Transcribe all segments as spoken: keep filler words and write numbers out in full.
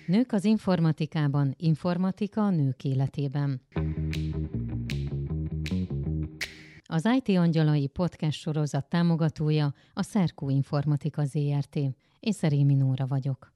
Nők az informatikában, informatika a nők életében. Az i té Angyalai podcast sorozat támogatója a Szerkó Informatika zé er té. Én Szerémi Nóra vagyok.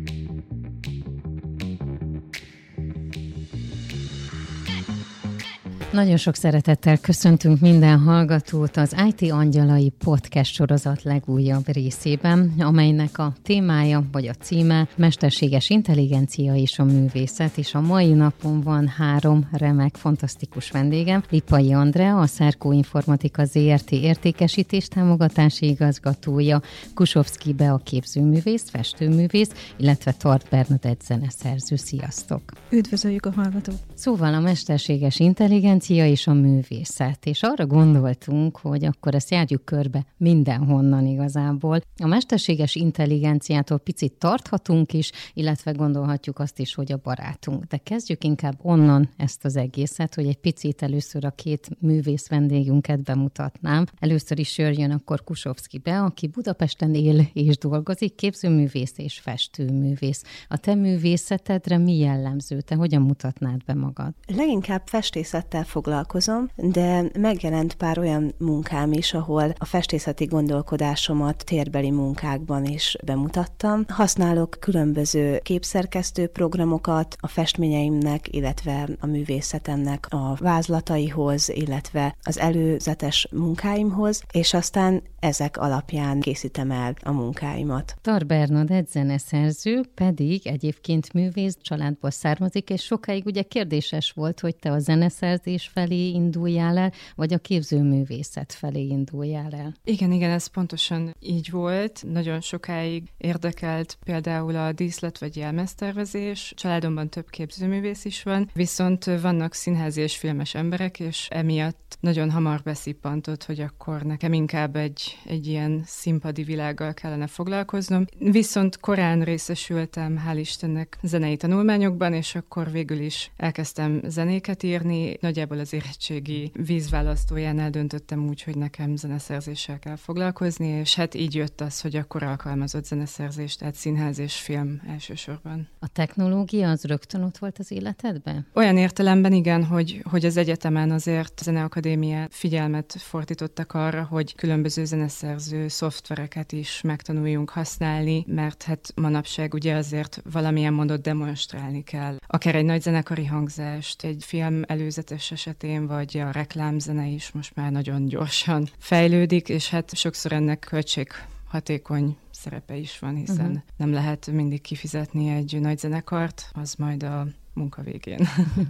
Nagyon sok szeretettel köszöntünk minden hallgatót az i té Angyalai podcast sorozat legújabb részében, amelynek a témája vagy a címe Mesterséges intelligencia és a művészet, és a mai napon van három remek, fantasztikus vendégem. Lippai Andrea, a Szerkó Informatika zé er té értékesítés támogatási igazgatója, Kusovszky Bea képzőművész, festőművész, illetve Tarth Bernadett zeneszerző. Sziasztok! Üdvözöljük a hallgatót! Szóval a mesterséges intelligencia és a művészet, és arra gondoltunk, hogy akkor ezt járjuk körbe mindenhonnan igazából. A mesterséges intelligenciától picit tarthatunk is, illetve gondolhatjuk azt is, hogy a barátunk. De kezdjük inkább onnan ezt az egészet, hogy egy picit először a két művész vendégünket bemutatnám. Először is jöjjön akkor Kusovszky Bea, aki Budapesten él és dolgozik, képzőművész és festőművész. A te művészetedre mi jellemző? Te hogyan mutatnád be magad? Leginkább festészettel foglalkozom, de megjelent pár olyan munkám is, ahol a festészeti gondolkodásomat térbeli munkákban is bemutattam. Használok különböző képszerkesztő programokat a festményeimnek, illetve a művészetemnek a vázlataihoz, illetve az előzetes munkáimhoz, és aztán ezek alapján készítem el a munkáimat. Tarth Bernadett zeneszerző pedig egyébként művész családból származik, és sokáig ugye kérdéses volt, hogy te a zeneszerzés felé induljál el, vagy a képzőművészet felé induljál el. Igen, igen, ez pontosan így volt. Nagyon sokáig érdekelt például a díszlet vagy jelmeztervezés. Családomban több képzőművész is van, viszont vannak színházi és filmes emberek, és emiatt nagyon hamar beszippantott, hogy akkor nekem inkább egy, egy ilyen színpadi világgal kellene foglalkoznom. Viszont korán részesültem, hál' Istennek, zenei tanulmányokban, és akkor végül is elkezdtem zenéket írni. Nagyjából az érettségi vízválasztójánál döntöttem úgy, hogy nekem zeneszerzéssel kell foglalkozni, és hát így jött az, hogy akkor alkalmazott zeneszerzés, tehát színház és film elsősorban. A technológia az rögtön ott volt az életedben? Olyan értelemben igen, hogy, hogy az egyetemen azért a Zeneakadémia figyelmet fordítottak arra, hogy különböző zeneszerző szoftvereket is megtanuljunk használni, mert hát manapság ugye azért valamilyen módon demonstrálni kell. Akár egy nagy zenekari hangzást, egy film előzetes esetén, vagy a reklámzene is most már nagyon gyorsan fejlődik, és hát sokszor ennek költséghatékony szerepe is van, hiszen uh-huh. nem lehet mindig kifizetni egy nagy zenekart, az majd a munka végén.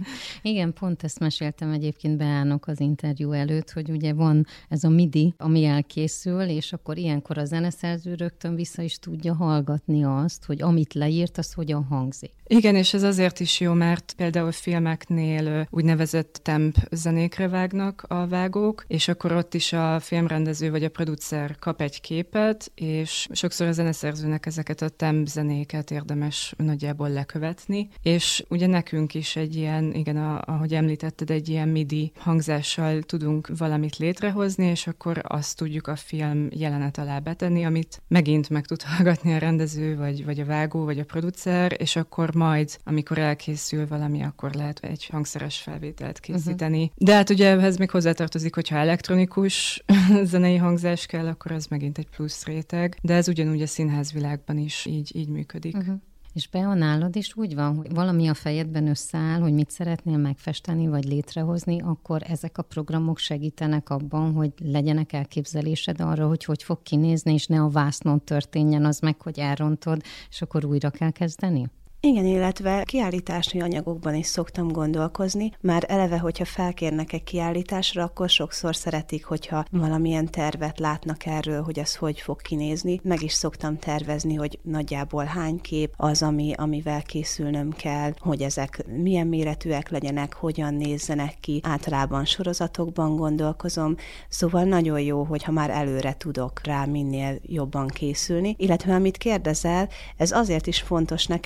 Igen, pont ezt meséltem egyébként Beának az interjú előtt, hogy ugye van ez a midi, ami elkészül, és akkor ilyenkor a zeneszerző rögtön vissza is tudja hallgatni azt, hogy amit leírt, az hogyan hangzik. Igen, és ez azért is jó, mert például filmeknél úgynevezett temp zenékre vágnak a vágók, és akkor ott is a filmrendező vagy a producer kap egy képet, és sokszor a zeneszerzőnek ezeket a temp zenéket érdemes nagyjából lekövetni, és ugye nekünk is egy ilyen, igen, a, ahogy említetted, egy ilyen midi hangzással tudunk valamit létrehozni, és akkor azt tudjuk a film jelenet alá betenni, amit megint meg tud hallgatni a rendező, vagy, vagy a vágó, vagy a producer, és akkor majd, amikor elkészül valami, akkor lehet egy hangszeres felvételt készíteni. Uh-huh. De hát ugye ehhez még hozzátartozik, hogyha elektronikus zenei hangzás kell, akkor az megint egy plusz réteg, de ez ugyanúgy a színházvilágban is így, így működik. Uh-huh. És Bea, nálad is úgy van, hogy valami a fejedben összeáll, hogy mit szeretnél megfesteni, vagy létrehozni, akkor ezek a programok segítenek abban, hogy legyenek elképzelésed arra, hogy hogy fog kinézni, és ne a vásznon történjen az meg, hogy elrontod, és akkor újra kell kezdeni? Igen, illetve kiállítási anyagokban is szoktam gondolkozni. Már eleve, hogyha felkérnek egy kiállításra, akkor sokszor szeretik, hogyha valamilyen tervet látnak erről, hogy az hogy fog kinézni. Meg is szoktam tervezni, hogy nagyjából hány kép az, ami, amivel készülnöm kell, hogy ezek milyen méretűek legyenek, hogyan nézzenek ki. Általában sorozatokban gondolkozom, szóval nagyon jó, hogyha már előre tudok rá minél jobban készülni. Illetve amit kérdezel, ez azért is fontos nekem, mert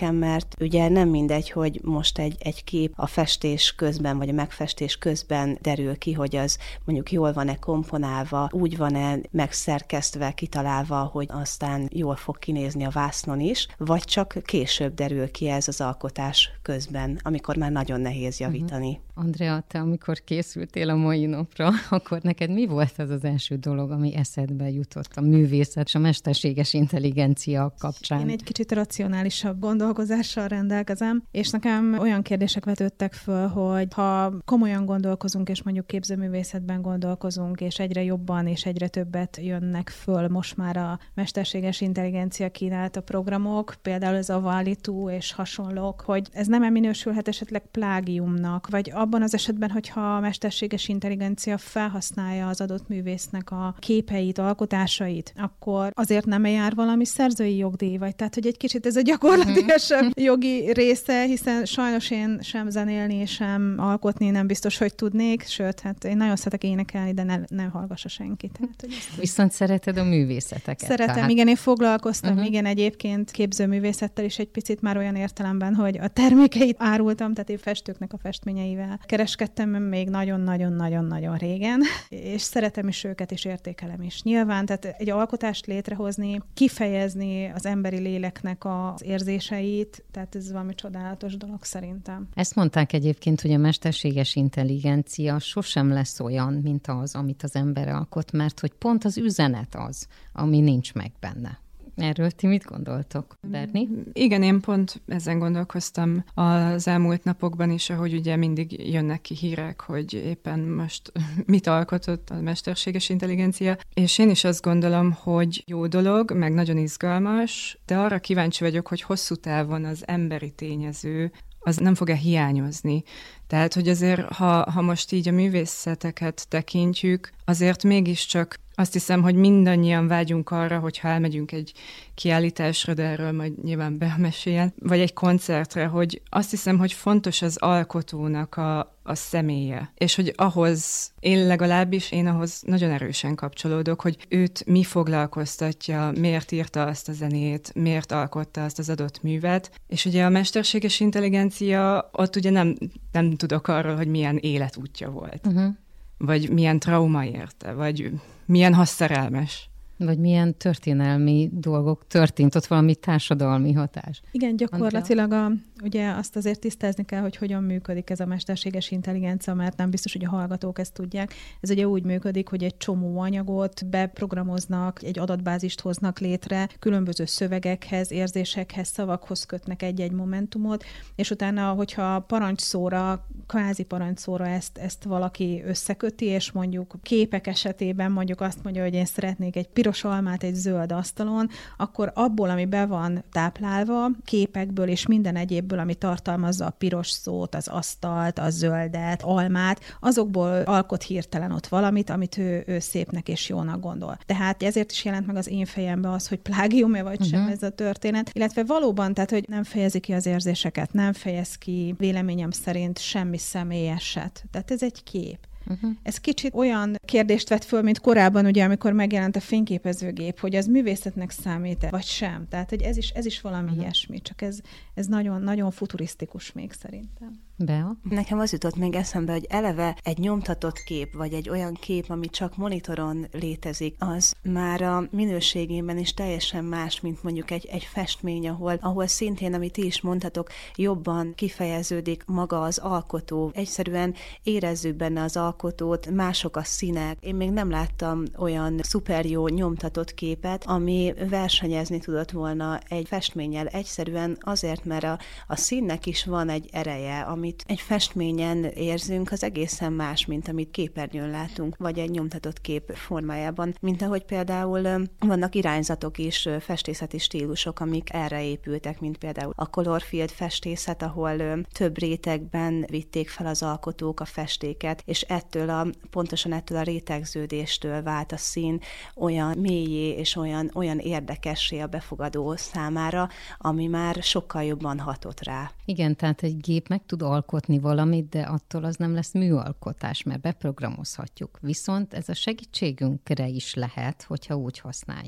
mert ugye nem mindegy, hogy most egy, egy kép a festés közben, vagy a megfestés közben derül ki, hogy az mondjuk jól van-e komponálva, úgy van-e megszerkesztve, kitalálva, hogy aztán jól fog kinézni a vásznon is, vagy csak később derül ki ez az alkotás közben, amikor már nagyon nehéz javítani. Uh-huh. Andrea, te amikor készültél a mai napra, akkor neked mi volt az az első dolog, ami eszedbe jutott a művészet és a mesterséges intelligencia kapcsán? Én egy kicsit racionálisabb gondolkozással rendelkezem, és nekem olyan kérdések vetődtek föl, hogy ha komolyan gondolkozunk, és mondjuk képzőművészetben gondolkozunk, és egyre jobban és egyre többet jönnek föl most már a mesterséges intelligencia kínálta programok, például ez a Wall-E kettő és hasonlók, hogy ez nem minősülhet esetleg plágiumnak, vagy abban az esetben, hogyha a mesterséges intelligencia felhasználja az adott művésznek a képeit, alkotásait, akkor azért nem jár valami szerzői jogdíj, vagy tehát, hogy egy kicsit ez a gyakorlatilag jogi része, hiszen sajnos én sem zenélni, sem alkotni nem biztos, hogy tudnék, sőt, hát én nagyon szeretek énekelni, de ne, ne hallgassa senki. Tehát, hogy ezt... Viszont szereted a művészeteket. Szeretem, tehát... igen, én foglalkoztam, uh-huh. igen, egyébként képzőművészettel is egy picit már olyan értelemben, hogy a termékeit árultam, tehát én festőknek a festményeivel kereskedtem még nagyon-nagyon-nagyon-nagyon régen, és szeretem is őket, és értékelem is. Nyilván, tehát egy alkotást létrehozni, kifejezni az emberi léleknek az érzéseit, tehát ez valami csodálatos dolog szerintem. Ezt mondták egyébként, hogy a mesterséges intelligencia sosem lesz olyan, mint az, amit az ember alkot, mert hogy pont az üzenet az, ami nincs meg benne. Erről ti mit gondoltok, Berni? Igen, én pont ezen gondolkoztam az elmúlt napokban is, ahogy ugye mindig jönnek ki hírek, hogy éppen most mit alkotott a mesterséges intelligencia, és én is azt gondolom, hogy jó dolog, meg nagyon izgalmas, de arra kíváncsi vagyok, hogy hosszú távon az emberi tényező az nem fog-e hiányozni. Tehát, hogy azért, ha, ha most így a művészeteket tekintjük, azért mégiscsak azt hiszem, hogy mindannyian vágyunk arra, hogyha elmegyünk egy kiállításra, de erről majd nyilván bemeséljen, vagy egy koncertre, hogy azt hiszem, hogy fontos az alkotónak a, a személye. És hogy ahhoz, én legalábbis, én ahhoz nagyon erősen kapcsolódok, hogy őt mi foglalkoztatja, miért írta azt a zenét, miért alkotta azt az adott művet. És ugye a mesterséges intelligencia, ott ugye nem, nem tudok arról, hogy milyen életútja volt. Uh-huh. Vagy milyen trauma érte, vagy milyen hasszerelmes. Vagy milyen történelmi dolgok történt, ott valami társadalmi hatás. Igen, gyakorlatilag a, ugye azt azért tisztázni kell, hogy hogyan működik ez a mesterséges intelligencia, mert nem biztos, hogy a hallgatók ezt tudják. Ez ugye úgy működik, hogy egy csomó anyagot beprogramoznak, egy adatbázist hoznak létre, különböző szövegekhez, érzésekhez, szavakhoz kötnek egy-egy momentumot, és utána, hogyha parancsszóra, kvázi parancsszóra ezt, ezt valaki összeköti, és mondjuk képek esetében mondjuk azt mondja, hogy én szeretnék egy piros almát egy zöld asztalon, akkor abból, ami be van táplálva, képekből és minden egyébből, ami tartalmazza a piros szót, az asztalt, a zöldet, almát, azokból alkot hirtelen ott valamit, amit ő, ő szépnek és jónak gondol. Tehát ezért is jelent meg az én fejembe az, hogy plágium-e vagy uh-huh. sem ez a történet, illetve valóban, tehát, hogy nem fejezi ki az érzéseket, nem fejez ki véleményem szerint semmi személyeset. Tehát ez egy kép. Uh-huh. Ez kicsit olyan kérdést vett föl, mint korábban, ugye, amikor megjelent a fényképezőgép, hogy az művészetnek számít-e, vagy sem. Tehát, hogy ez is, ez is valami uh-huh. ilyesmi, csak ez, ez nagyon, nagyon futurisztikus még szerintem. Bea? Nekem az jutott még eszembe, hogy eleve egy nyomtatott kép, vagy egy olyan kép, ami csak monitoron létezik, az már a minőségében is teljesen más, mint mondjuk egy, egy festmény, ahol, ahol szintén, amit ti is mondhatok, jobban kifejeződik maga az alkotó. Egyszerűen érezzük benne az alkotót, mások a színek. Én még nem láttam olyan szuper jó nyomtatott képet, ami versenyezni tudott volna egy festménnyel. Egyszerűen azért, mert a, a színnek is van egy ereje, amit egy festményen érzünk, az egészen más, mint amit képernyőn látunk, vagy egy nyomtatott kép formájában. Mint ahogy például vannak irányzatok is, festészeti stílusok, amik erre épültek, mint például a colorfield festészet, ahol több rétegben vitték fel az alkotók a festéket, és ettől a, pontosan ettől a rétegződéstől vált a szín olyan mélyé és olyan, olyan érdekessé a befogadó számára, ami már sokkal jobban hatott rá. Igen, tehát egy gép meg tud alkotni valamit, de attól az nem lesz műalkotás, mert beprogramozhatjuk. Viszont ez a segítségünkre is lehet, hogyha úgy használjuk.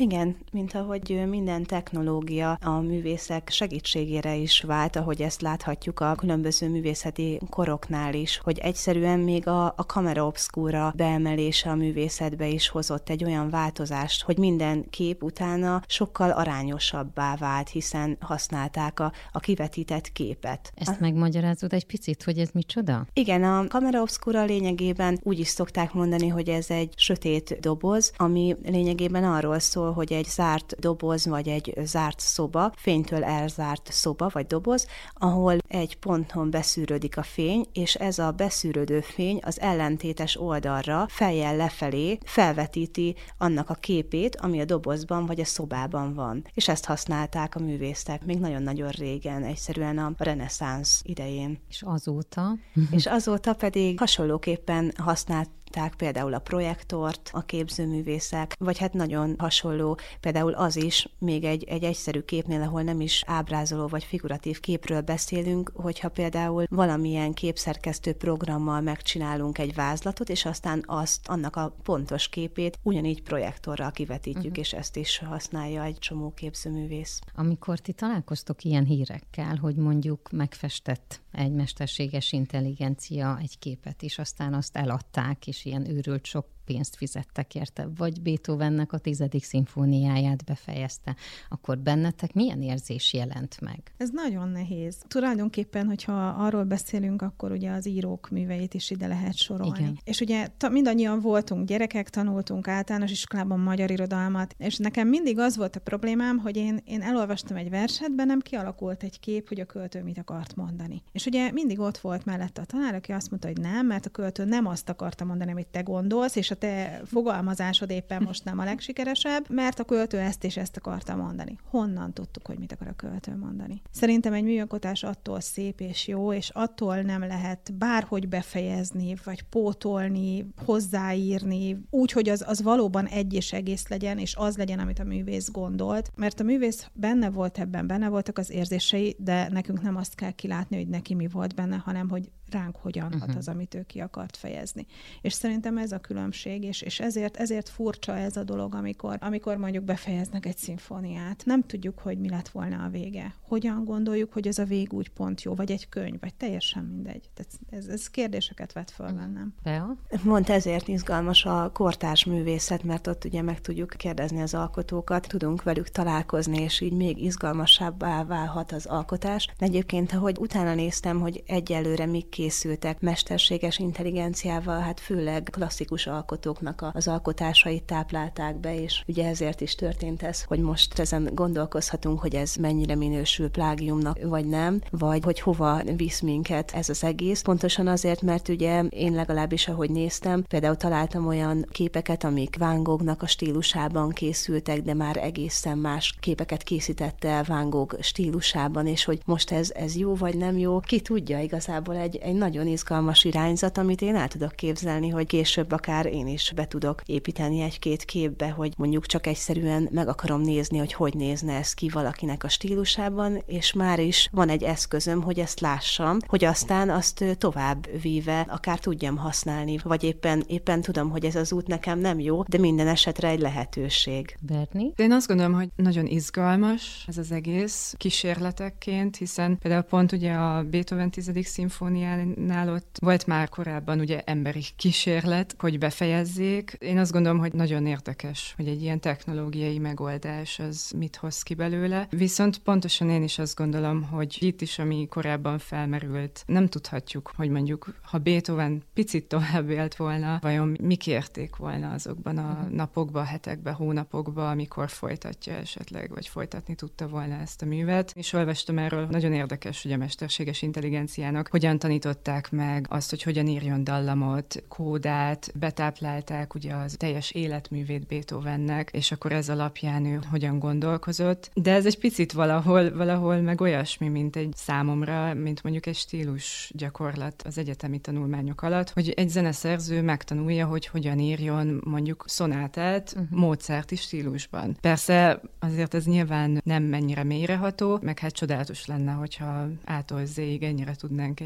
Igen, mint ahogy minden technológia a művészek segítségére is vált, ahogy ezt láthatjuk a különböző művészeti koroknál is, hogy egyszerűen még a, a kamera obscura beemelése a művészetbe is hozott egy olyan változást, hogy minden kép utána sokkal arányosabbá vált, hiszen használták a, a kivetített képet. Ezt a... megmagyarázod egy picit, hogy ez micsoda? Igen, a kamera obscura lényegében úgy is szokták mondani, hogy ez egy sötét doboz, ami lényegében arról szól, hogy egy zárt doboz vagy egy zárt szoba, fénytől elzárt szoba vagy doboz, ahol egy ponton beszűrődik a fény, és ez a beszűrődő fény az ellentétes oldalra fejjel lefelé felvetíti annak a képét, ami a dobozban vagy a szobában van. És ezt használták a művészek még nagyon-nagyon régen, egyszerűen a reneszánsz idején. És azóta? És azóta pedig hasonlóképpen használt például a projektort, a képzőművészek, vagy hát nagyon hasonló, például az is, még egy, egy egyszerű képnél, ahol nem is ábrázoló vagy figuratív képről beszélünk, hogyha például valamilyen képszerkesztő programmal megcsinálunk egy vázlatot, és aztán azt, annak a pontos képét ugyanígy projektorral kivetítjük, uh-huh. és ezt is használja egy csomó képzőművész. Amikor ti találkoztok ilyen hírekkel, hogy mondjuk megfestett egy mesterséges intelligencia egy képet, és aztán azt eladták, és ilyen őrült sok pénzt fizettek érte, vagy Beethovennek a tizedik szimfóniáját befejezte, akkor bennetek milyen érzés jelent meg? Ez nagyon nehéz. Tulajdonképpen, hogyha arról beszélünk, akkor ugye az írók műveit is ide lehet sorolni. Igen. És ugye ta, mindannyian voltunk gyerekek, tanultunk általános iskolában magyar irodalmat, és nekem mindig az volt a problémám, hogy én, én elolvastam egy verset, bennem kialakult egy kép, hogy a költő mit akart mondani. És ugye mindig ott volt mellette a tanár, aki azt mondta, hogy nem, mert a költő nem azt akarta mondani, amit te gondolsz, és a te fogalmazásod éppen most nem a legsikeresebb, mert a költő ezt és ezt akarta mondani. Honnan tudtuk, hogy mit akar a költő mondani? Szerintem egy műalkotás attól szép és jó, és attól nem lehet bárhogy befejezni, vagy pótolni, hozzáírni, úgy, hogy az, az valóban egy és egész legyen, és az legyen, amit a művész gondolt. Mert a művész benne volt ebben, benne voltak az érzései, de nekünk nem azt kell kilátni, hogy neki mi volt benne, hanem hogy ránk hogyan hat uh-huh. az, amit ő ki akart fejezni. És szerintem ez a különbség, és, és ezért, ezért furcsa ez a dolog, amikor, amikor mondjuk befejeznek egy szimfóniát. Nem tudjuk, hogy mi lett volna a vége. Hogyan gondoljuk, hogy ez a vég úgy pont jó, vagy egy könyv, vagy teljesen mindegy. Tehát ez, ez kérdéseket vet föl bennem. Bea? Mond ezért izgalmas a kortárs művészet, mert ott ugye meg tudjuk kérdezni az alkotókat, tudunk velük találkozni, és így még izgalmasabbá válhat az alkotás. De egyébként, ahogy utána néztem, hogy egyelőre mik készültek mesterséges intelligenciával, hát főleg klasszikus alkotóknak az alkotásait táplálták be, és ugye ezért is történt ez, hogy most ezen gondolkozhatunk, hogy ez mennyire minősül plágiumnak, vagy nem, vagy hogy hova visz minket ez az egész. Pontosan azért, mert ugye én legalábbis, ahogy néztem, például találtam olyan képeket, amik Van Goghnak a stílusában készültek, de már egészen más képeket készítette el Van Gogh stílusában, és hogy most ez, ez jó vagy nem jó, ki tudja, igazából egy, egy nagyon izgalmas irányzat, amit én el tudok képzelni, hogy később akár én is be tudok építeni egy-két képbe, hogy mondjuk csak egyszerűen meg akarom nézni, hogy hogy nézne ez ki valakinek a stílusában, és már is van egy eszközöm, hogy ezt lássam, hogy aztán azt tovább víve akár tudjam használni, vagy éppen, éppen tudom, hogy ez az út nekem nem jó, de minden esetre egy lehetőség. Berni? Én azt gondolom, hogy nagyon izgalmas ez az egész kísérletekként, hiszen például pont ugye a Beethoven tizedik szimfóniánál ott volt már korábban ugye emberi kísérlet, hogy befejezzék. Én azt gondolom, hogy nagyon érdekes, hogy egy ilyen technológiai megoldás az mit hoz ki belőle. Viszont pontosan én is azt gondolom, hogy itt is, ami korábban felmerült, nem tudhatjuk, hogy mondjuk, ha Beethoven picit tovább élt volna, vajon mik érték volna azokban a napokban, hetekben, hónapokban, amikor folytatja esetleg, vagy folytatni tudta volna ezt a művet. És olvastam erről, nagyon érdekes, hogy a mesterséges intelligenciának hogyan tanították meg azt, hogy hogyan írjon dallamot, kódát, betáplálták ugye az teljes életművét Beethovennek, és akkor ez alapján ő hogyan gondolkozott. De ez egy picit valahol, valahol meg olyasmi, mint egy számomra, mint mondjuk egy stílus gyakorlat az egyetemi tanulmányok alatt, hogy egy zeneszerző megtanulja, hogy hogyan írjon mondjuk szonátát uh-huh. Mozarti stílusban. Persze azért ez nyilván nem mennyire mélyreható, meg hát csodálatos lenne, hogyha ától zéig ennyire tudnánk egy teljes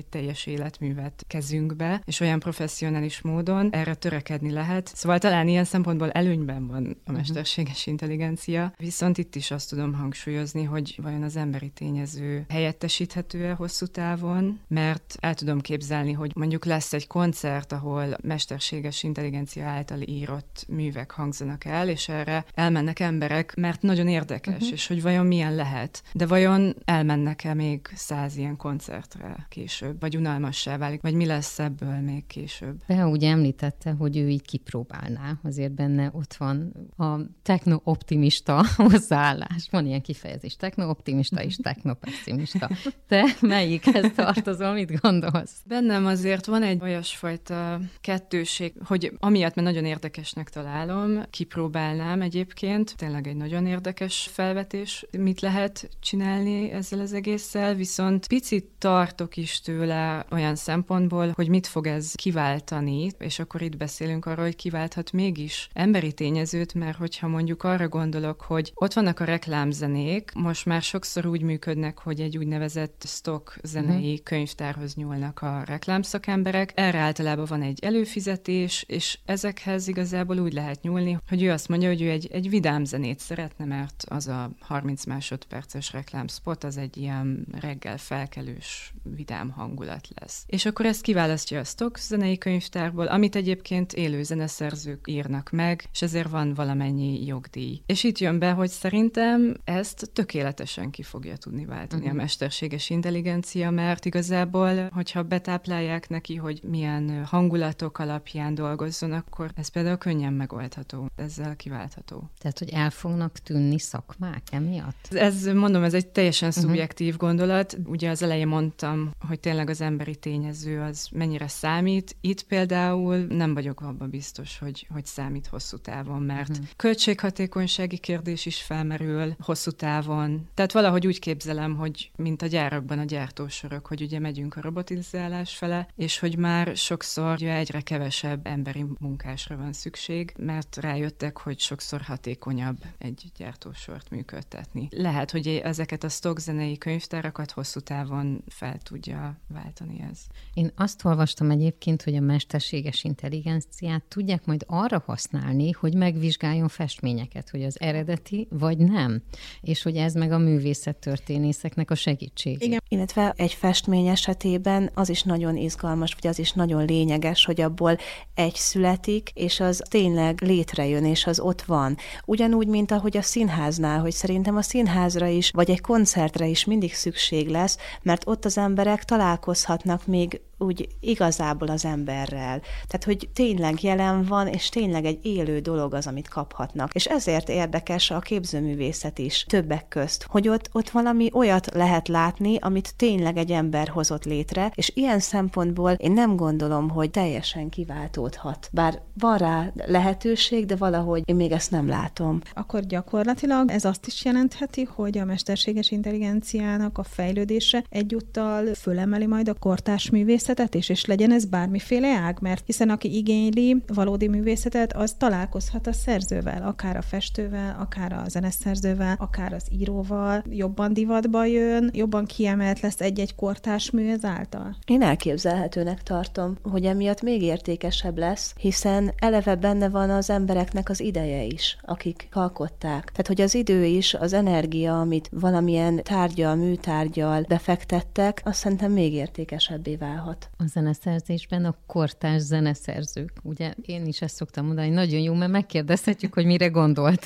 első életművet kezünkbe, és olyan professzionális módon erre törekedni lehet. Szóval talán ilyen szempontból előnyben van a mesterséges intelligencia, viszont itt is azt tudom hangsúlyozni, hogy vajon az emberi tényező helyettesíthető-e hosszú távon, mert el tudom képzelni, hogy mondjuk lesz egy koncert, ahol mesterséges intelligencia által írott művek hangzanak el, és erre elmennek emberek, mert nagyon érdekes, uh-huh. és hogy vajon milyen lehet. De vajon elmennek-e még száz ilyen koncertre később, vagy unalmassá válik, vagy mi lesz ebből még később? Bea ugye említette, hogy ő így kipróbálná, azért benne ott van a techno-optimista hozzáállás. Van ilyen kifejezés, techno-optimista és techno-pessimista. Te melyikhez tartozol, mit gondolsz? Bennem azért van egy olyasfajta kettőség, hogy amiatt, mert nagyon érdekesnek találom, kipróbálnám egyébként, tényleg egy nagyon érdekes felvetés, mit lehet csinálni ezzel az egésszel, viszont picit tartok is tőle olyan szempontból, hogy mit fog ez kiváltani, és akkor itt beszélünk arról, hogy kiválthat mégis emberi tényezőt, mert hogyha mondjuk arra gondolok, hogy ott vannak a reklámzenék, most már sokszor úgy működnek, hogy egy úgynevezett stock zenei uh-huh. könyvtárhoz nyúlnak a reklámszakemberek. Erre általában van egy előfizetés, és ezekhez igazából úgy lehet nyúlni, hogy ő azt mondja, hogy ő egy, egy vidám zenét szeretne, mert az a harminc másodperces reklámspot az egy ilyen reggel felkelős vidám hangulat lesz. És akkor ezt kiválasztja a stock zenei könyvtárból, amit egyébként élő zeneszerzők írnak meg, és ezért van valamennyi jogdíj. És itt jön be, hogy szerintem ezt tökéletesen ki fogja tudni váltani uh-huh. a mesterséges intelligencia, mert igazából, hogyha betáplálják neki, hogy milyen hangulatok alapján dolgozzon, akkor ez például könnyen megoldható, ezzel kiváltható. Tehát, hogy el fognak tűnni szakmák emiatt? Ez, mondom, ez egy teljesen uh-huh. szubjektív gondolat. Ugye az elején mondtam, hogy tényleg az emberi tényező az mennyire számít. Itt például nem vagyok abban biztos, hogy, hogy számít hosszú távon, mert uh-huh. költséghatékonysági kérdés is felmerül hosszú távon. Tehát valahogy úgy képzelem, hogy mint a gyárakban a gyártósorok, hogy ugye megyünk a robotizálás fele, és hogy már sokszor ugye egyre kevesebb emberi munkásra van szükség, mert rájöttek, hogy sokszor hatékonyabb egy gyártósort működtetni. Lehet, hogy ezeket a stock zenei könyvtárakat hosszú távon fel tudja váltani ez. Én azt olvastam egyébként, hogy a mesterséges intelligenciát tudják majd arra használni, hogy megvizsgáljon festményeket, hogy az eredeti vagy nem, és hogy ez meg a művészettörténészeknek a segítség. Igen, illetve egy festmény esetében az is nagyon izgalmas, vagy az is nagyon lényeges, hogy abból egy születik, és az tényleg létrejön, és az ott van. Ugyanúgy, mint ahogy a színháznál, hogy szerintem a színházra is, vagy egy koncertre is mindig szükség lesz, mert ott az emberek találkozhatnak még úgy igazából az emberrel. Tehát, hogy tényleg jelen van, és tényleg egy élő dolog az, amit kaphatnak. És ezért érdekes a képzőművészet is többek közt, hogy ott, ott valami olyat lehet látni, amit tényleg egy ember hozott létre, és ilyen szempontból én nem gondolom, hogy teljesen kiváltódhat. Bár van rá lehetőség, de valahogy én még ezt nem látom. Akkor gyakorlatilag ez azt is jelentheti, hogy a mesterséges intelligenciának a fejlődése egyúttal fölemeli majd a kortárs művészetet is, és legyen ez bármiféle ág, mert hiszen aki igényli valódi művészetet, az találkozhat a szerzővel, akár a festővel, akár a zeneszerzővel, akár az íróval, jobban divatba jön, jobban kiemelt lesz egy-egy kortárs mű ezáltal. Én elképzelhetőnek tartom, hogy emiatt még értékesebb lesz, hiszen eleve benne van az embereknek az ideje is, akik alkották. Tehát, hogy az idő is, az energia, amit valamilyen tárgyal, műtárgyal befektettek, azt szerintem még értékesebbé válhat. A zeneszerzésben a kortárs zeneszerzők, ugye én is ezt szoktam mondani, nagyon jó, mert megkérdezhetjük, hogy mire gondolt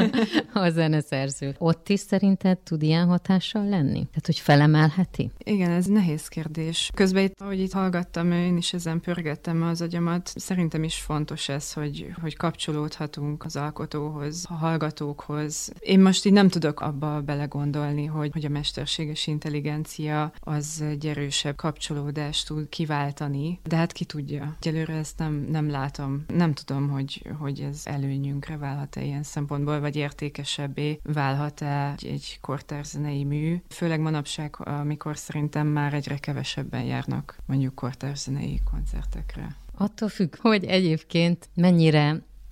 a zeneszerző. Ott is szerinted tud ilyen hatással lenni? Tehát, hogy felemelheti? Igen, ez nehéz kérdés. Közben itt, ahogy itt hallgattam, én is ezen pörgettem az agyamat. Szerintem is fontos ez, hogy, hogy kapcsolódhatunk az alkotóhoz, a hallgatókhoz. Én most így nem tudok abba belegondolni, hogy, hogy a mesterséges intelligencia az egy erősebb kapcsolódást tud kiváltani, de hát ki tudja. Egyelőre ezt nem, nem látom. Nem tudom, hogy, hogy ez előnyünkre válhat-e ilyen szempontból, vagy értékesebbé válhat-e egy, egy kortárs zenei mű. Főleg manapság, amikor szerintem már egyre kevesebben járnak mondjuk kortárs zenei koncertekre. Attól függ, hogy egyébként mennyire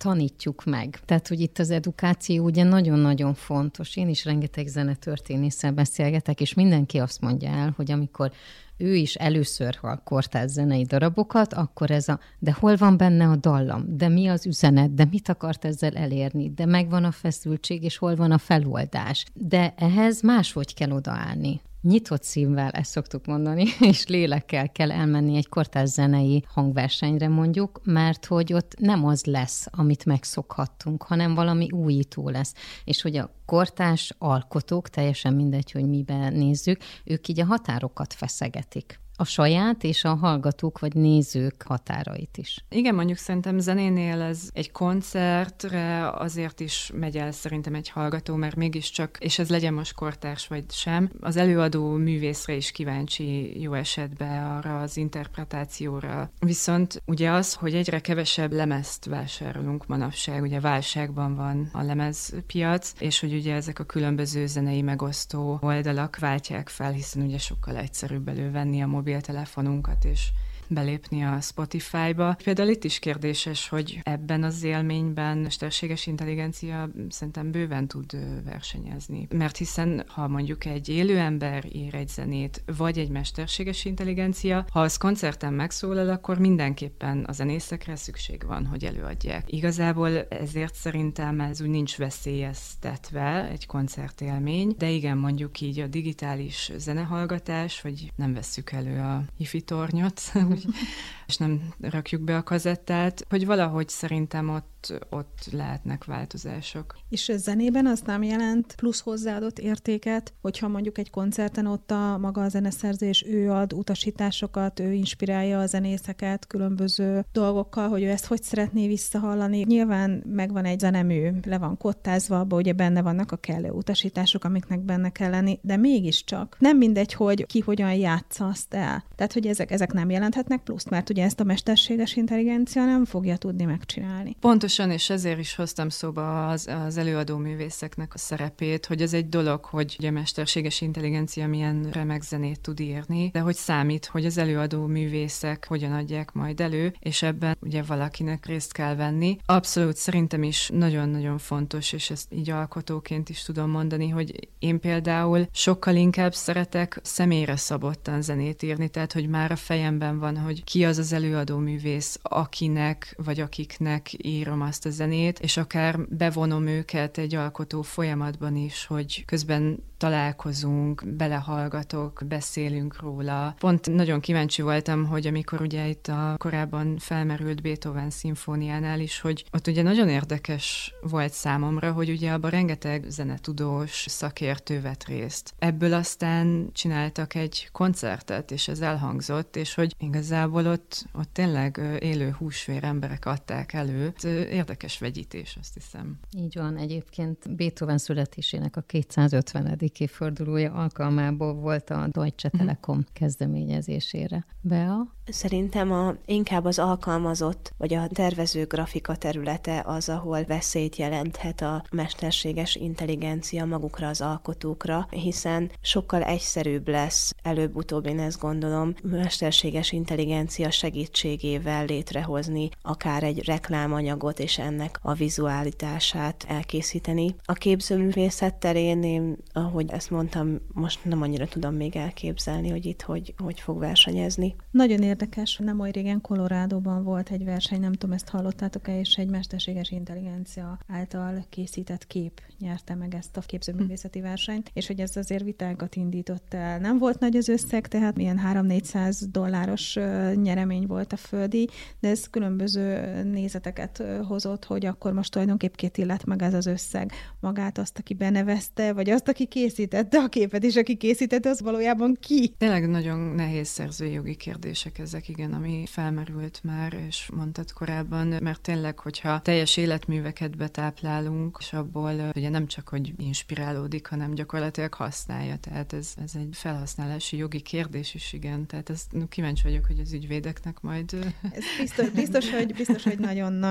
tanítjuk meg. Tehát, hogy itt az edukáció ugye nagyon-nagyon fontos. Én is rengeteg zenetörténésszel beszélgetek, és mindenki azt mondja el, hogy amikor ő is először hall kortárs zenei darabokat, akkor ez a, de hol van benne a dallam, de mi az üzenet, de mit akart ezzel elérni, de megvan a feszültség, és hol van a feloldás. De ehhez máshogy kell odaállni. Nyitott szívvel, ezt szoktuk mondani, és lélekkel kell elmenni egy kortárs zenei hangversenyre mondjuk, mert hogy ott nem az lesz, amit megszokhattunk, hanem valami újító lesz. És hogy a kortárs alkotók, teljesen mindegy, hogy miben nézzük, ők így a határokat feszegetik. A saját és a hallgatók vagy nézők határait is. Igen, mondjuk szerintem zenénél ez egy koncertre azért is megy el szerintem egy hallgató, mert mégiscsak, és ez legyen most kortárs vagy sem, az előadó művészre is kíváncsi jó esetben arra az interpretációra. Viszont ugye az, hogy egyre kevesebb lemezt vásárolunk manapság, ugye válságban van a lemezpiac, és hogy ugye ezek a különböző zenei megosztó oldalak váltják fel, hiszen ugye sokkal egyszerűbb elővenni a mobiltelefonunkat, és belépni a Spotify-ba. Például itt is kérdéses, hogy ebben az élményben mesterséges intelligencia szerintem bőven tud versenyezni. Mert hiszen, ha mondjuk egy élő ember ír egy zenét, vagy egy mesterséges intelligencia, ha az koncerten megszólal, akkor mindenképpen a zenészekre szükség van, hogy előadják. Igazából ezért szerintem ez úgy nincs veszélyeztetve egy koncertélmény, de igen, mondjuk így a digitális zenehallgatás, vagy nem vesszük elő a hifi tornyot, és nem rakjuk be a kazettát, hogy valahogy szerintem ott, ott lehetnek változások. És a zenében az nem jelent plusz hozzáadott értéket, hogyha mondjuk egy koncerten ott a maga a zeneszerzés, ő ad utasításokat, ő inspirálja a zenészeket különböző dolgokkal, hogy ő ezt hogy szeretné visszahallani. Nyilván megvan egy zenemű, le van kottázva, abban ugye benne vannak a kellő utasítások, amiknek benne kell lenni, de mégiscsak nem mindegy, hogy ki hogyan játsza azt el. Tehát, hogy ezek, ezek nem jelenthetnek pluszt, mert ugye ezt a mesterséges intelligencia nem fogja tudni megcsinálni. Pontosan, és ezért is hoztam szóba az, az előadó művészeknek a szerepét, hogy ez egy dolog, hogy ugye a mesterséges intelligencia milyen remek zenét tud írni, de hogy számít, hogy az előadó művészek hogyan adják majd elő, és ebben ugye valakinek részt kell venni. Abszolút szerintem is nagyon-nagyon fontos, és ezt így alkotóként is tudom mondani, hogy én például sokkal inkább szeretek személyre szabottan zenét írni, tehát hogy már a fejemben van, hogy ki az az előadó művész, akinek vagy akiknek írom azt a zenét, és akár bevonom őket egy alkotó folyamatban is, hogy közben találkozunk, belehallgatok, beszélünk róla. Pont nagyon kíváncsi voltam, hogy amikor ugye itt a korábban felmerült Beethoven szimfóniánál is, hogy ott ugye nagyon érdekes volt számomra, hogy ugye abban rengeteg zenetudós szakértő vett részt. Ebből aztán csináltak egy koncertet, és ez elhangzott, és hogy igazából ott, ott tényleg élő húsvér emberek adták elő. Érdekes vegyítés, azt hiszem. Így van, egyébként Beethoven születésének a kétszázötvenedik évfordulója alkalmából volt a Deutsche Telekom kezdeményezésére. Bea? Szerintem a, inkább az alkalmazott, vagy a tervező grafika területe az, ahol veszélyt jelenthet a mesterséges intelligencia magukra, az alkotókra, hiszen sokkal egyszerűbb lesz, előbb-utóbb én ezt gondolom, mesterséges intelligencia segítségével létrehozni akár egy reklámanyagot, és ennek a vizualitását elkészíteni. A képzőművészet terén én, ahogy ezt mondtam, most nem annyira tudom még elképzelni, hogy itt hogy, hogy fog versenyezni. Nagyon érdekes, nem olyan régen Colorádóban volt egy verseny, nem tudom, ezt hallottátok-e, és egy mesterséges intelligencia által készített kép nyerte meg ezt a képzőművészeti versenyt, és hogy ez azért vitákat indított el. Nem volt nagy az összeg, tehát milyen három-négyszáz dolláros nyeremény volt a földi, de ez különböző nézeteket hozott, hogy akkor most tulajdonképp két illet meg ez az összeg. Magát azt, aki benevezte, vagy azt, aki készítette a képet, és aki készítette, az valójában ki? Tényleg nagyon nehéz szerzői jogi kérdések ezek, igen, ami felmerült már, és mondtad korábban, mert tényleg, hogyha teljes életműveket betáplálunk, és abból ugye nem csak, hogy inspirálódik, hanem gyakorlatilag használja, tehát ez, ez egy felhasználási jogi kérdés is, igen, tehát ezt kíváncsi vagyok, hogy az ügyvédeknek majd... Ez biztos, biztos, hogy, biztos, hogy nagyon nagy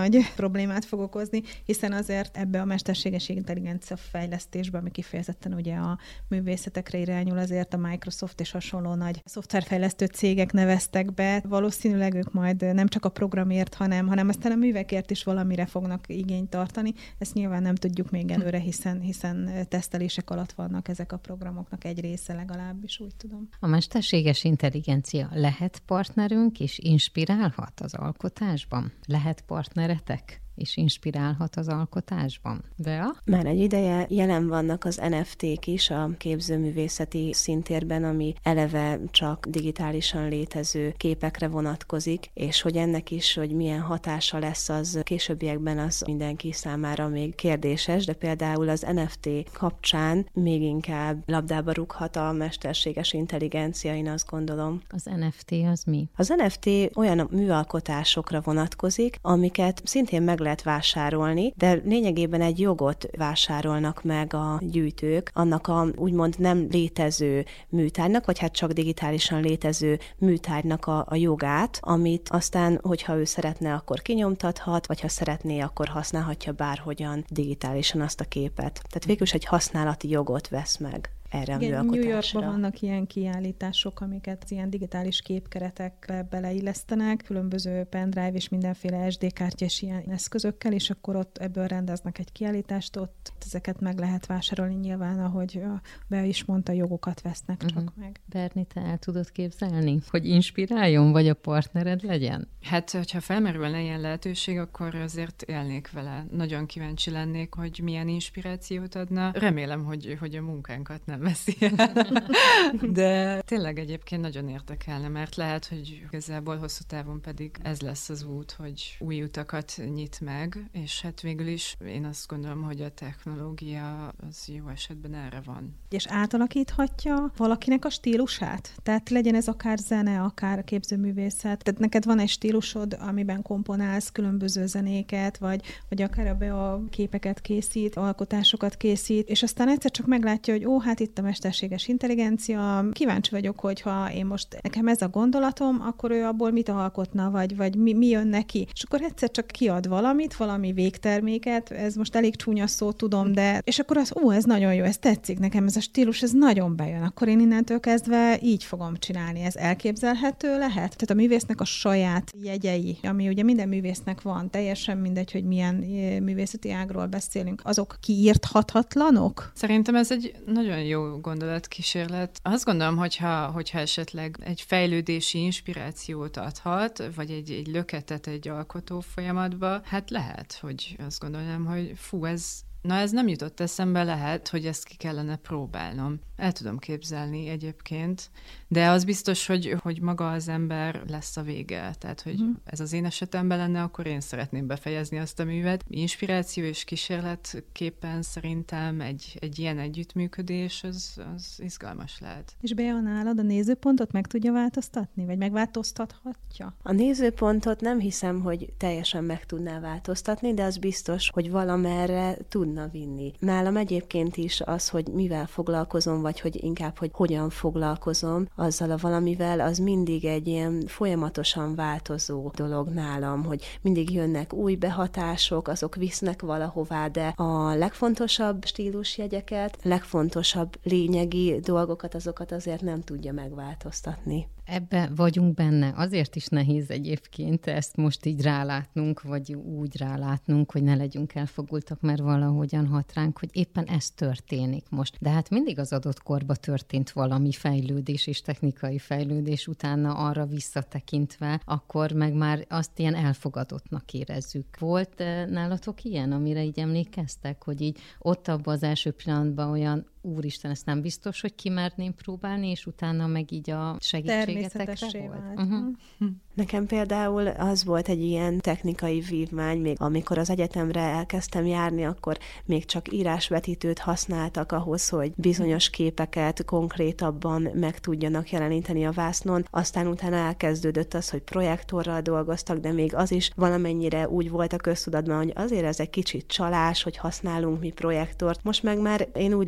problémát fog okozni, hiszen azért ebbe a mesterséges intelligencia fejlesztésbe, ami kifejezetten ugye a művészetekre irányul, azért a Microsoft és hasonló nagy szoftverfejlesztő cégek neveztek be. Valószínűleg ők majd nem csak a programért, hanem, hanem aztán a művekért is valamire fognak igényt tartani. Ezt nyilván nem tudjuk még előre, hiszen, hiszen tesztelések alatt vannak ezek a programoknak egy része legalábbis, úgy tudom. A mesterséges intelligencia lehet partnerünk és inspirálhat az alkotásban? Lehet partneretek? És inspirálhat az alkotásban. Bea? Már egy ideje jelen vannak az en ef té-k is a képzőművészeti szintérben, ami eleve csak digitálisan létező képekre vonatkozik, és hogy ennek is, hogy milyen hatása lesz, az későbbiekben az mindenki számára még kérdéses, de például az en ef té kapcsán még inkább labdába rúghat a mesterséges intelligencia, én azt gondolom. Az en ef té az mi? Az en ef té olyan műalkotásokra vonatkozik, amiket szintén meg lehet vásárolni, de lényegében egy jogot vásárolnak meg a gyűjtők annak a úgymond nem létező műtárgynak, vagy hát csak digitálisan létező műtárgynak a, a jogát, amit aztán, hogyha ő szeretne, akkor kinyomtathat, vagy ha szeretné, akkor használhatja bárhogyan digitálisan azt a képet. Tehát végül is egy használati jogot vesz meg erre a műalkotásra. New Yorkban vannak ilyen kiállítások, amiket ilyen digitális képkeretekbe beleillesztenek, különböző pendrive és mindenféle es dé kártya és ilyen eszközökkel, és akkor ott ebből rendeznek egy kiállítást, ott ezeket meg lehet vásárolni nyilván, ahogy Bea is mondta, jogokat vesznek csak uh-huh. meg. Berni, te el tudod képzelni, hogy inspiráljon, vagy a partnered legyen? Hát, hogyha felmerülne ilyen lehetőség, akkor azért élnék vele. Nagyon kíváncsi lennék, hogy milyen inspirációt adna. Remélem, hogy, hogy a munkánkat nem veszi el. De tényleg egyébként nagyon érdekelne, mert lehet, hogy igazából hosszú távon pedig ez lesz az út, hogy új utakat nyit meg, és hát végül is én azt gondolom, hogy a technológia az jó esetben erre van. És átalakíthatja valakinek a stílusát? Tehát legyen ez akár zene, akár képzőművészet. Tehát neked van egy stílusod, amiben komponálsz különböző zenéket, vagy, vagy akár ebbe a képeket készít, alkotásokat készít, és aztán egyszer csak meglátja, hogy ó, hát itt a mesterséges intelligencia, kíváncsi vagyok, hogyha én most nekem ez a gondolatom, akkor ő abból mit alkotna, vagy, vagy mi, mi jön neki. És akkor egyszer csak kiad valamit, valami végterméket, ez most elég csúnya szó, tudom, de és akkor az, ó, ez nagyon jó, ez tetszik nekem, ez a stílus, ez nagyon bejön. Akkor én innentől kezdve így fogom csinálni. Ez elképzelhető lehet? Tehát a művésznek a saját jegyei, ami ugye minden művésznek van, teljesen mindegy, hogy milyen művészeti ágról beszélünk, azok kiírthatatlanok? Szerintem ez egy nagyon jó gondolatkísérlet. Azt gondolom, hogyha, hogyha esetleg egy fejlődési inspirációt adhat, vagy egy, egy löketet egy alkotó folyamatba, hát lehet, hogy azt gondolom, hogy fú, ez Na ez nem jutott eszembe, lehet, hogy ezt ki kellene próbálnom. El tudom képzelni egyébként, de az biztos, hogy, hogy maga az ember lesz a vége. Tehát, hogy uh-huh. ez az én esetemben lenne, akkor én szeretném befejezni azt a művet. Inspiráció és kísérletképpen szerintem egy, egy ilyen együttműködés, az, az izgalmas lehet. És Bea, nálad a nézőpontot meg tudja változtatni? Vagy megváltoztathatja? A nézőpontot nem hiszem, hogy teljesen meg tudná változtatni, de az biztos, hogy valamerre tud vinni. Nálam egyébként is az, hogy mivel foglalkozom, vagy hogy inkább, hogy hogyan foglalkozom azzal a valamivel, az mindig egy ilyen folyamatosan változó dolog nálam, hogy mindig jönnek új behatások, azok visznek valahová, de a legfontosabb stílusjegyeket, legfontosabb lényegi dolgokat, azokat azért nem tudja megváltoztatni. Ebbe vagyunk benne. Azért is nehéz egyébként ezt most így rálátnunk, vagy úgy rálátnunk, hogy ne legyünk elfogultak, mert valahogyan hat ránk, hogy éppen ez történik most. De hát mindig az adott korba történt valami fejlődés és technikai fejlődés, utána arra visszatekintve, akkor meg már azt ilyen elfogadottnak érezzük. Volt nálatok ilyen, amire így emlékeztek, hogy így ott abban az első pillanatban olyan úristen, ezt nem biztos, hogy kimerném próbálni, és utána meg így a segítségetekre volt? Uh-huh. Nekem például az volt egy ilyen technikai vívmány, még amikor az egyetemre elkezdtem járni, akkor még csak írásvetítőt használtak ahhoz, hogy bizonyos képeket konkrétabban meg tudjanak jeleníteni a vásznon. Aztán utána elkezdődött az, hogy projektorral dolgoztak, de még az is valamennyire úgy volt a köztudatban, hogy azért ez egy kicsit csalás, hogy használunk mi projektort. Most meg már én úgy látom, hogy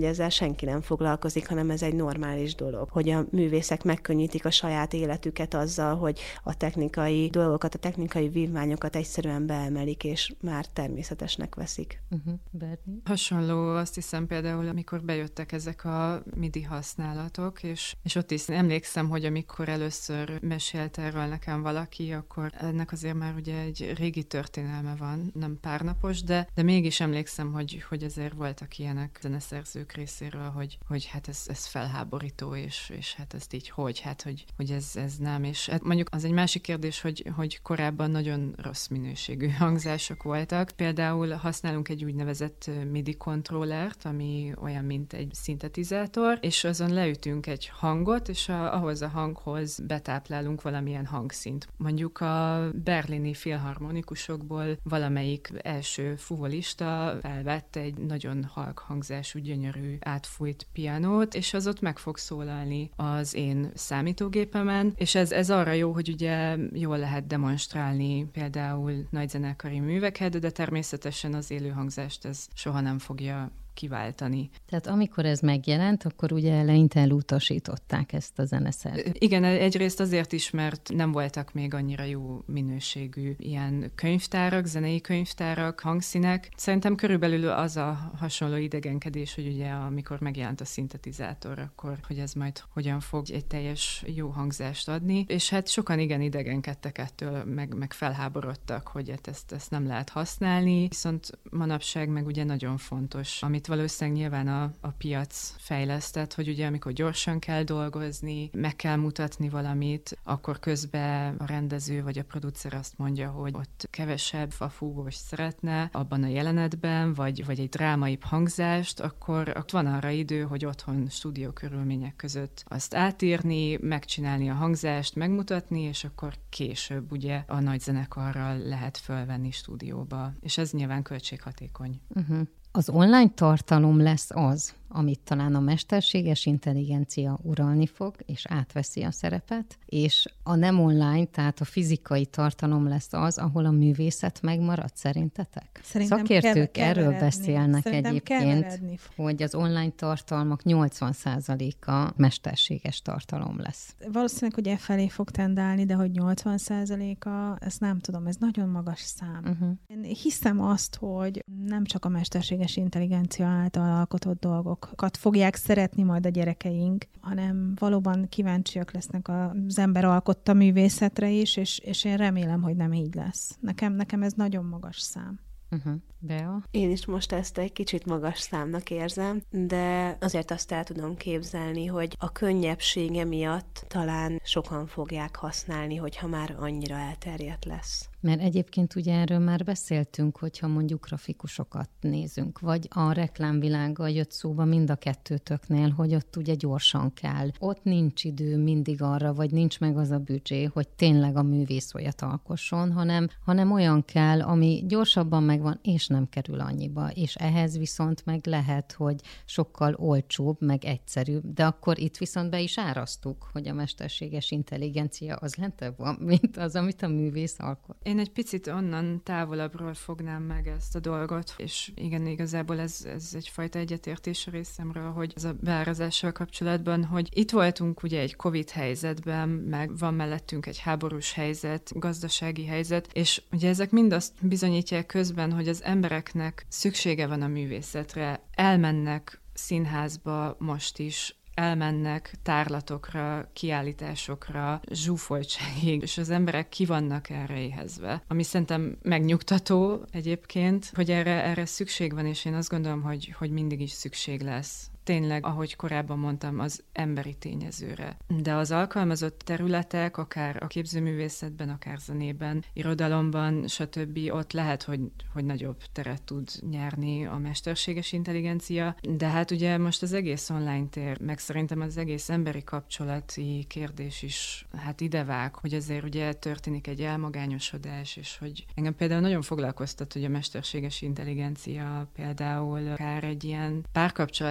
ezzel senki nem foglalkozik, hanem ez egy normális dolog, hogy a művészek megkönnyítik a saját életüket azzal, hogy a technikai dolgokat, a technikai vívmányokat egyszerűen beemelik, és már természetesnek veszik. Uh-huh. Berni? Hasonló, azt hiszem például, amikor bejöttek ezek a midi használatok, és, és ott is emlékszem, hogy amikor először mesélt erről nekem valaki, akkor ennek azért már ugye egy régi történelme van, nem párnapos, de, de mégis emlékszem, hogy, hogy azért voltak ilyenek zeneszerzők részéről, hogy, hogy hát ez, ez felháborító, és, és hát ezt így hogy, hát hogy, hogy ez, ez nem, és hát mondjuk az egy másik kérdés, hogy, hogy korábban nagyon rossz minőségű hangzások voltak. Például használunk egy úgynevezett midi kontrollert, ami olyan, mint egy szintetizátor, és azon leütünk egy hangot, és a, ahhoz a hanghoz betáplálunk valamilyen hangszint. Mondjuk a berlini filharmonikusokból valamelyik első fuvolista felvett egy nagyon halk hangzású, gyönyörű, átfújt pianót, és az ott meg fog szólalni az én számítógépemen, és ez, ez arra jó, hogy ugye jól lehet demonstrálni például nagyzenekari műveket, de természetesen az élő hangzást ez soha nem fogja kiváltani. Tehát amikor ez megjelent, akkor ugye eleinte elutasították ezt a zeneszerzőt. Igen, egyrészt azért is, mert nem voltak még annyira jó minőségű ilyen könyvtárak, zenei könyvtárak, hangszínek. Szerintem körülbelül az a hasonló idegenkedés, hogy ugye amikor megjelent a szintetizátor, akkor hogy ez majd hogyan fog egy teljes jó hangzást adni. És hát sokan igen idegenkedtek ettől, meg, meg felháborodtak, hogy ezt, ezt nem lehet használni, viszont manapság meg ugye nagyon fontos, amit valószínűleg nyilván a, a piac fejlesztett, hogy ugye amikor gyorsan kell dolgozni, meg kell mutatni valamit, akkor közben a rendező vagy a producer azt mondja, hogy ott kevesebb a fúvós szeretne abban a jelenetben, vagy, vagy egy drámaibb hangzást, akkor ott van arra idő, hogy otthon stúdió körülmények között azt átírni, megcsinálni a hangzást, megmutatni, és akkor később ugye a nagy zenekarral lehet fölvenni stúdióba. És ez nyilván költséghatékony. Uh-huh. Az online tartalom lesz az, amit talán a mesterséges intelligencia uralni fog, és átveszi a szerepet, és a nem online, tehát a fizikai tartalom lesz az, ahol a művészet megmarad, szerintetek? Szerintem Szakértők kell, erről keveredni. beszélnek Szerintem egyébként, hogy az online tartalmak nyolcvan százaléka mesterséges tartalom lesz. Valószínűleg, hogy e felé fog tendálni, de hogy nyolcvan százaléka, ezt nem tudom, ez nagyon magas szám. Uh-huh. Én hiszem azt, hogy nem csak a mesterséges intelligencia által alkotott dolgok fogják szeretni majd a gyerekeink, hanem valóban kíváncsiak lesznek az ember alkotta művészetre is, és, és én remélem, hogy nem így lesz. Nekem, nekem ez nagyon magas szám. Uh-huh. Bea? Én is most ezt egy kicsit magas számnak érzem, de azért azt el tudom képzelni, hogy a könnyebbsége miatt talán sokan fogják használni, hogyha már annyira elterjedt lesz. Mert egyébként ugye erről már beszéltünk, hogyha mondjuk grafikusokat nézünk, vagy a reklámvilággal jött szóba mind a kettőtöknél, hogy ott ugye gyorsan kell. Ott nincs idő mindig arra, vagy nincs meg az a büdzsé, hogy tényleg a művész olyat alkosson, hanem, hanem olyan kell, ami gyorsabban megvan, és nem kerül annyiba. És ehhez viszont meg lehet, hogy sokkal olcsóbb, meg egyszerűbb, de akkor itt viszont be is árasztuk, hogy a mesterséges intelligencia az lentebb van, mint az, amit a művész alkot. Én egy picit onnan távolabbról fognám meg ezt a dolgot, és igen, igazából ez, ez egyfajta egyetértés a részemről, hogy ez a beárazással kapcsolatban, hogy itt voltunk ugye egy Covid helyzetben, meg van mellettünk egy háborús helyzet, gazdasági helyzet, és ugye ezek mind azt bizonyítják közben, hogy az embereknek szüksége van a művészetre, elmennek színházba most is, elmennek tárlatokra, kiállításokra, zsúfoltságig, és az emberek ki vannak erre éhezve. Ami szerintem megnyugtató egyébként, hogy erre, erre szükség van, és én azt gondolom, hogy, hogy mindig is szükség lesz. Tényleg, ahogy korábban mondtam, az emberi tényezőre. De az alkalmazott területek, akár a képzőművészetben, akár zenében, irodalomban, stb. Ott lehet, hogy, hogy nagyobb teret tud nyerni a mesterséges intelligencia, de hát ugye most az egész online tér, meg szerintem az egész emberi kapcsolati kérdés is hát idevág, hogy azért ugye történik egy elmagányosodás, és hogy engem például nagyon foglalkoztat, hogy a mesterséges intelligencia például akár egy ilyen párkapcsolati társ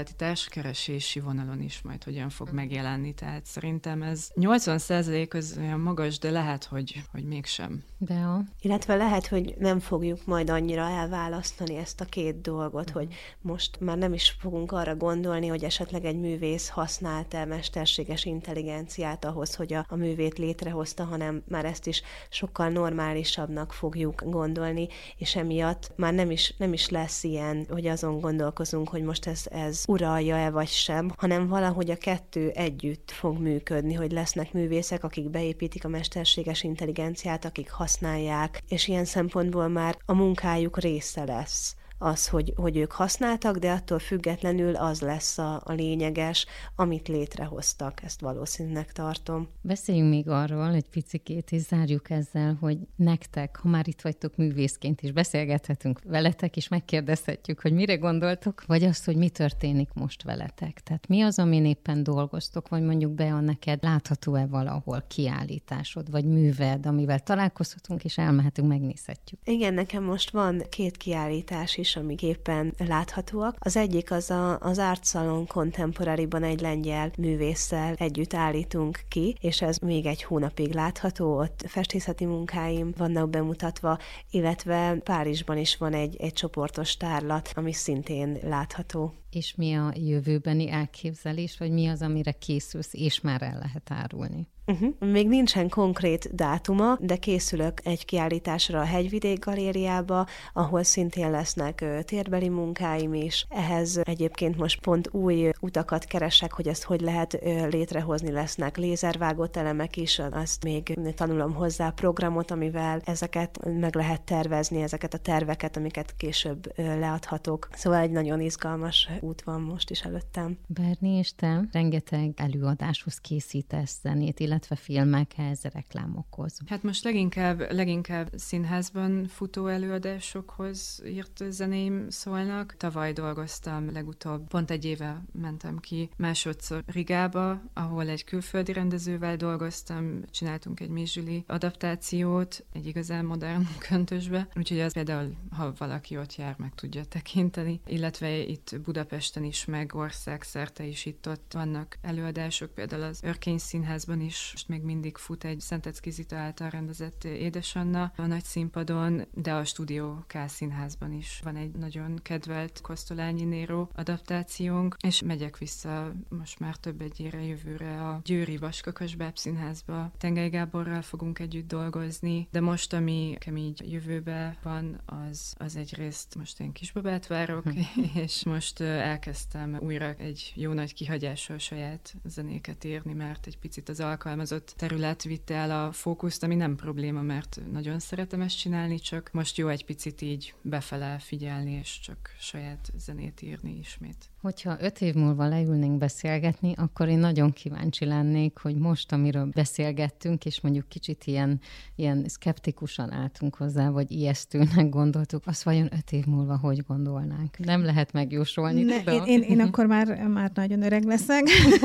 keresési vonalon is majd hogyan fog megjelenni. Tehát szerintem ez nyolcvan százalék az olyan magas, de lehet, hogy, hogy mégsem. De a... Illetve lehet, hogy nem fogjuk majd annyira elválasztani ezt a két dolgot, hogy most már nem is fogunk arra gondolni, hogy esetleg egy művész használt-e mesterséges intelligenciát ahhoz, hogy a, a művét létrehozta, hanem már ezt is sokkal normálisabbnak fogjuk gondolni, és emiatt már nem is, nem is lesz ilyen, hogy azon gondolkozunk, hogy most ez, ez uralja-e vagy sem, hanem valahogy a kettő együtt fog működni, hogy lesznek művészek, akik beépítik a mesterséges intelligenciát, akik használják, és ilyen szempontból már a munkájuk része lesz az, hogy, hogy ők használtak, de attól függetlenül az lesz a, a lényeges, amit létrehoztak. Ezt valószínűleg tartom. Beszéljünk még arról egy picikét, és zárjuk ezzel, hogy nektek, ha már itt vagytok művészként is, beszélgethetünk veletek, és megkérdezhetjük, hogy mire gondoltok, vagy azt, hogy mi történik most veletek. Tehát mi az, amin éppen dolgoztok, vagy mondjuk Bea, neked látható-e valahol kiállításod, vagy műved, amivel találkozhatunk, és elmehetünk, megnézhetjük. Igen, nekem most van két kiállítás is, amik éppen láthatóak. Az egyik az a, az Art Salon Contemporary-ban egy lengyel művésszel együtt állítunk ki, és ez még egy hónapig látható, ott festészeti munkáim vannak bemutatva, illetve Párizsban is van egy, egy csoportos tárlat, ami szintén látható. És mi a jövőbeni elképzelés, vagy mi az, amire készülsz, és már el lehet árulni? Uh-huh. Még nincsen konkrét dátuma, de készülök egy kiállításra a Hegyvidék Galériába, ahol szintén lesznek ö, térbeli munkáim is. Ehhez egyébként most pont új utakat keresek, hogy ezt hogy lehet ö, létrehozni, lesznek lézervágott elemek is, azt még tanulom hozzá programot, amivel ezeket meg lehet tervezni, ezeket a terveket, amiket később ö, leadhatok. Szóval egy nagyon izgalmas út van most is előttem. Berni, és te rengeteg előadáshoz készítesz zenét, illetve filmekhez, reklámokhoz. Hát most leginkább, leginkább színházban futó előadásokhoz írt zenéim szólnak. Tavaly dolgoztam legutóbb, pont egy éve mentem ki másodszor Rigába, ahol egy külföldi rendezővel dolgoztam, csináltunk egy Mézsüli adaptációt, egy igazán modern köntösbe, úgyhogy az például, ha valaki ott jár, meg tudja tekinteni, illetve itt Budapesten is, meg országszerte is itt-ott vannak előadások, például az Örkény Színházban is most még mindig fut egy Szentecki Zita által rendezett Édesanna a nagy színpadon, de a Stúdió K Színházban is van egy nagyon kedvelt Kosztolányi Néró adaptációnk, és megyek vissza most már több egyére jövőre a Győri Vaskakas Báb Színházba. Tengely Gáborral fogunk együtt dolgozni, de most, ami nekem így jövőben van, az, az egyrészt most én kisbabát várok, és most elkezdtem újra egy jó nagy kihagyással saját zenéket írni, mert egy picit az alkalmazott terület vitte el a fókuszt, ami nem probléma, mert nagyon szeretem ezt csinálni, csak most jó egy picit így befele figyelni, és csak saját zenét írni ismét. Hogyha öt év múlva leülnénk beszélgetni, akkor én nagyon kíváncsi lennék, hogy most, amiről beszélgettünk, és mondjuk kicsit ilyen, ilyen szkeptikusan álltunk hozzá, vagy ijesztőnek gondoltuk, azt vajon öt év múlva hogy gondolnánk? Nem lehet megjósolni, ne, tudom. Én, én, én akkor már, már nagyon öreg leszek,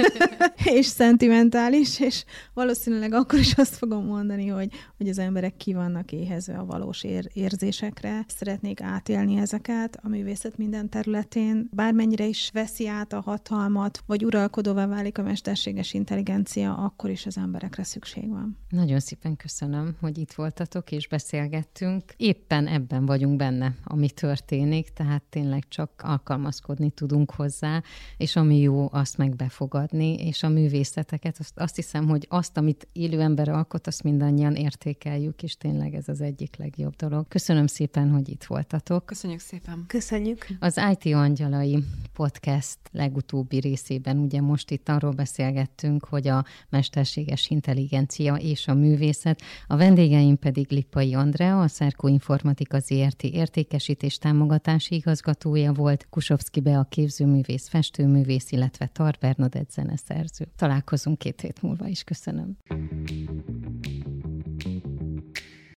és szentimentális, és valószínűleg akkor is azt fogom mondani, hogy, hogy az emberek ki vannak éhezve a valós ér, érzésekre, szeretnék átélni ezeket a művészet minden területén, bármennyire is veszi át a hatalmat, vagy uralkodóvá válik a mesterséges intelligencia, akkor is az emberekre szükség van. Nagyon szépen köszönöm, hogy itt voltatok és beszélgettünk. Éppen ebben vagyunk benne, ami történik, tehát tényleg csak alkalmazkodni tudunk hozzá, és ami jó, azt meg befogadni, és a művészeteket, azt, azt hiszem, hogy azt, amit élő ember alkot, azt mindannyian értékeljük, és tényleg ez az egyik legjobb dolog. Köszönöm szépen, hogy itt voltatok. Köszönjük szépen. Köszönjük. Az i té Angyalai podcast legutóbbi részében ugye most itt arról beszélgettünk, hogy a mesterséges intelligencia és a művészet, a vendégeim pedig Lippai Andrea, a Szerko Informatika zé er té értékesítés támogatási igazgatója volt, Kusovszki Bea képzőművész, festőművész, illetve Tar Bernadett zeneszerző. Találkozunk két hét múlva is. Köszönöm.